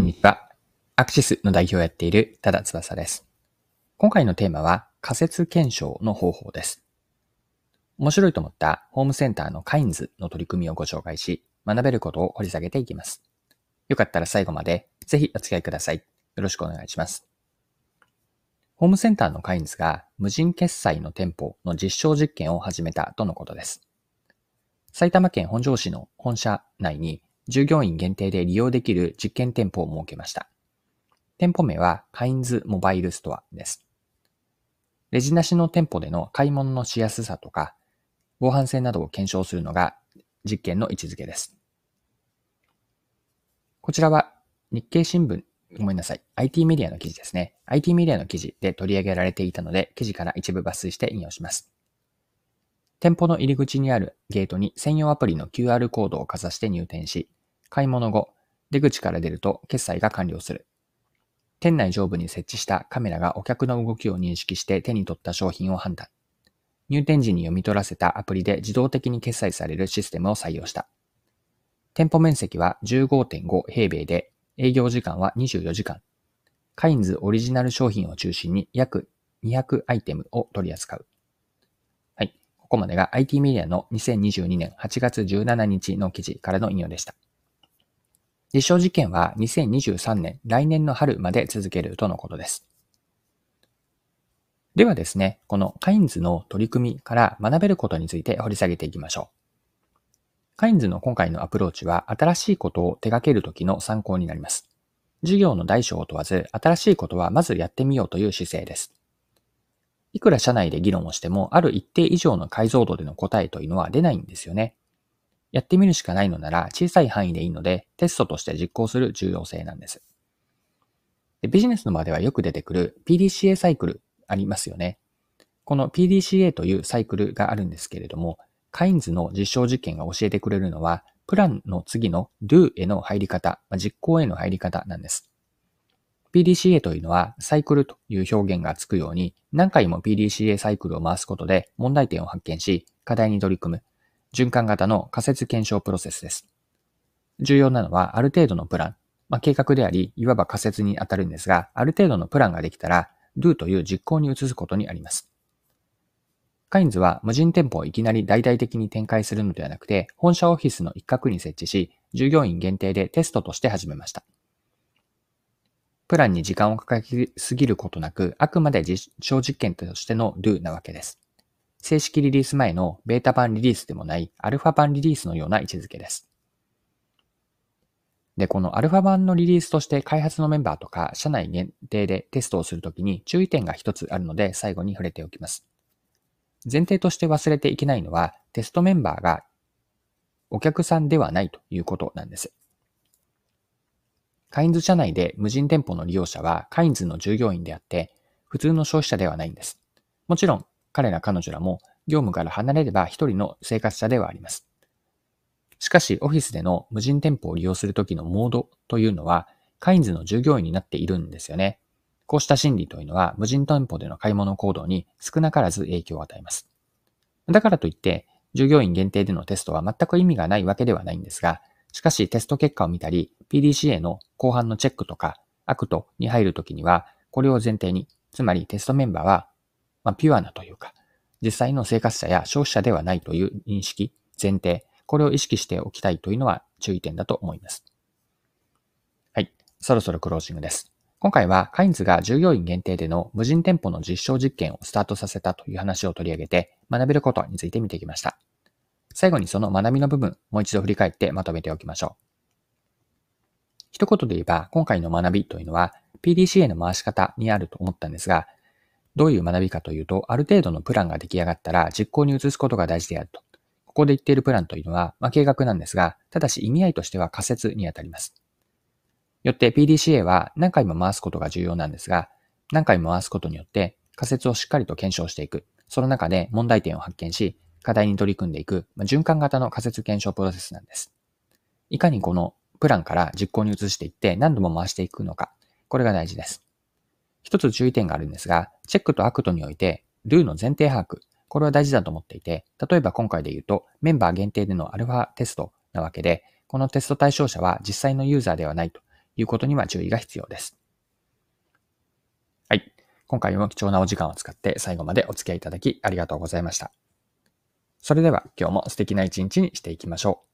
んにちは。アクシスの代表をやっている多田翼です。今回のテーマは仮説検証の方法です。面白いと思ったホームセンターのカインズの取り組みをご紹介し、学べることを掘り下げていきます。よかったら最後までぜひお付き合いください。よろしくお願いします。ホームセンターのカインズが無人決済の店舗の実証実験を始めたとのことです。埼玉県本庄市の本社内に従業員限定で利用できる実験店舗を設けました。店舗名はカインズモバイルストアです。レジなしの店舗での買い物のしやすさとか、防犯性などを検証するのが実験の位置づけです。こちらは日経新聞、ごめんなさい、IT メディアの記事ですね。IT メディアの記事で取り上げられていたので、記事から一部抜粋して引用します。店舗の入り口にあるゲートに専用アプリの QR コードをかざして入店し、買い物後、出口から出ると決済が完了する。店内上部に設置したカメラがお客の動きを認識して手に取った商品を判断。入店時に読み取らせたアプリで自動的に決済されるシステムを採用した。店舗面積は 15.5 平米で、営業時間は24時間。カインズオリジナル商品を中心に約200アイテムを取り扱う。はい。ここまでが IT メディアの2022年8月17日の記事からの引用でした。実証実験は2023年来年の春まで続けるとのことです。ではですね、このカインズの取り組みから学べることについて掘り下げていきましょう。カインズの今回のアプローチは新しいことを手掛けるときの参考になります。事業の大小を問わず、新しいことはまずやってみようという姿勢です。いくら社内で議論をしても、ある一定以上の解像度での答えというのは出ないんですよね。やってみるしかないのなら小さい範囲でいいのでテストとして実行する重要性なんです。ビジネスの場ではよく出てくる PDCA サイクルありますよね。この PDCA というサイクルがあるんですけれども、カインズの実証実験が教えてくれるのは、プランの次の Do への入り方、実行への入り方なんです。PDCA というのはサイクルという表現がつくように、何回も PDCA サイクルを回すことで問題点を発見し、課題に取り組む循環型の仮説検証プロセスです。重要なのはある程度のプラン、計画であり、いわば仮説に当たるんですが、ある程度のプランができたら、Do という実行に移すことにあります。カインズは無人店舗をいきなり大々的に展開するのではなくて、本社オフィスの一角に設置し、従業員限定でテストとして始めました。プランに時間をかけすぎることなく、あくまで実証実験としての Do なわけです。正式リリース前のベータ版リリースでもないアルファ版リリースのような位置づけです。で、このアルファ版のリリースとして開発のメンバーとか社内限定でテストをするときに注意点が一つあるので最後に触れておきます。前提として忘れていけないのはテストメンバーがお客さんではないということなんです。カインズ社内で無人店舗の利用者はカインズの従業員であって普通の消費者ではないんです。もちろん彼ら彼女らも業務から離れれば一人の生活者ではあります。しかしオフィスでの無人店舗を利用するときのモードというのはカインズの従業員になっているんですよね。こうした心理というのは無人店舗での買い物行動に少なからず影響を与えます。だからといって従業員限定でのテストは全く意味がないわけではないんですが、しかしテスト結果を見たり PDCA の後半のチェックとかアクトに入るときにはこれを前提に、つまりテストメンバーはピュアなというか実際の生活者や消費者ではないという認識、前提、これを意識しておきたいというのは注意点だと思います。はい、そろそろクロージングです。今回はカインズが従業員限定での無人店舗の実証実験をスタートさせたという話を取り上げて学べることについて見てきました。最後にその学びの部分、もう一度振り返ってまとめておきましょう。一言で言えば、今回の学びというのは PDCA の回し方にあると思ったんですが、どういう学びかというと、ある程度のプランが出来上がったら実行に移すことが大事であると。ここで言っているプランというのは、計画なんですが、ただし意味合いとしては仮説にあたります。よって PDCA は何回も回すことが重要なんですが、何回も回すことによって仮説をしっかりと検証していく。その中で問題点を発見し、課題に取り組んでいく、循環型の仮説検証プロセスなんです。いかにこのプランから実行に移していって何度も回していくのか、これが大事です。一つ注意点があるんですが、チェックとアクトにおいて Do の前提把握、これは大事だと思っていて、例えば今回で言うとメンバー限定でのアルファテストなわけで、このテスト対象者は実際のユーザーではないということには注意が必要です。はい。今回も貴重なお時間を使って最後までお付き合いいただきありがとうございました。それでは今日も素敵な一日にしていきましょう。